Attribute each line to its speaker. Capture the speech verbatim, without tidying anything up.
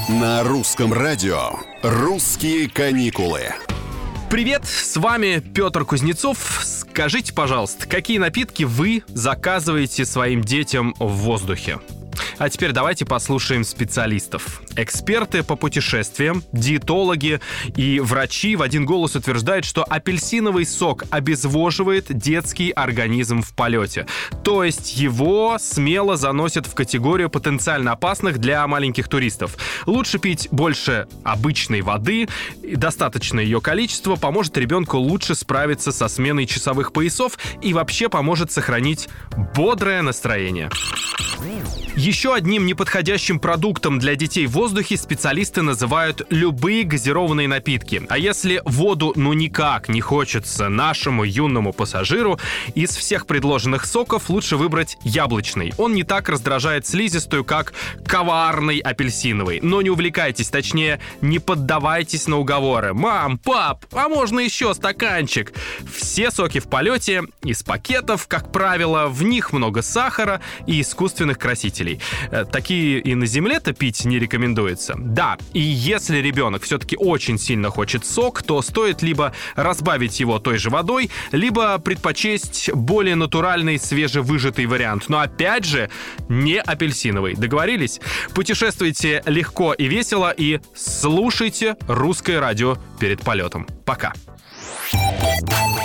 Speaker 1: На русском радио «Русские каникулы».
Speaker 2: Привет, с вами Петр Кузнецов. Скажите, пожалуйста, какие напитки вы заказываете своим детям в воздухе? А теперь давайте послушаем специалистов. Эксперты по путешествиям, диетологи и врачи в один голос утверждают, что апельсиновый сок обезвоживает детский организм в полете. То есть его смело заносят в категорию потенциально опасных для маленьких туристов. Лучше пить больше обычной воды, достаточное ее количество поможет ребенку лучше справиться со сменой часовых поясов и вообще поможет сохранить бодрое настроение. Еще одним неподходящим продуктом для детей в воздухе специалисты называют любые газированные напитки. А если воду ну никак не хочется нашему юному пассажиру, из всех предложенных соков лучше выбрать яблочный. Он не так раздражает слизистую, как коварный апельсиновый. Но не увлекайтесь, точнее, не поддавайтесь на уговоры. «Мам, пап, а можно еще стаканчик?» Все соки в полете из пакетов, как правило, в них много сахара и искусственных красителей. Такие и на земле-то пить не рекомендуется. Да, и если ребенок все-таки очень сильно хочет сок, то стоит либо разбавить его той же водой, либо предпочесть более натуральный свежевыжатый вариант. Но опять же, не апельсиновый. Договорились? Путешествуйте легко и весело и слушайте русское радио перед полетом. Пока.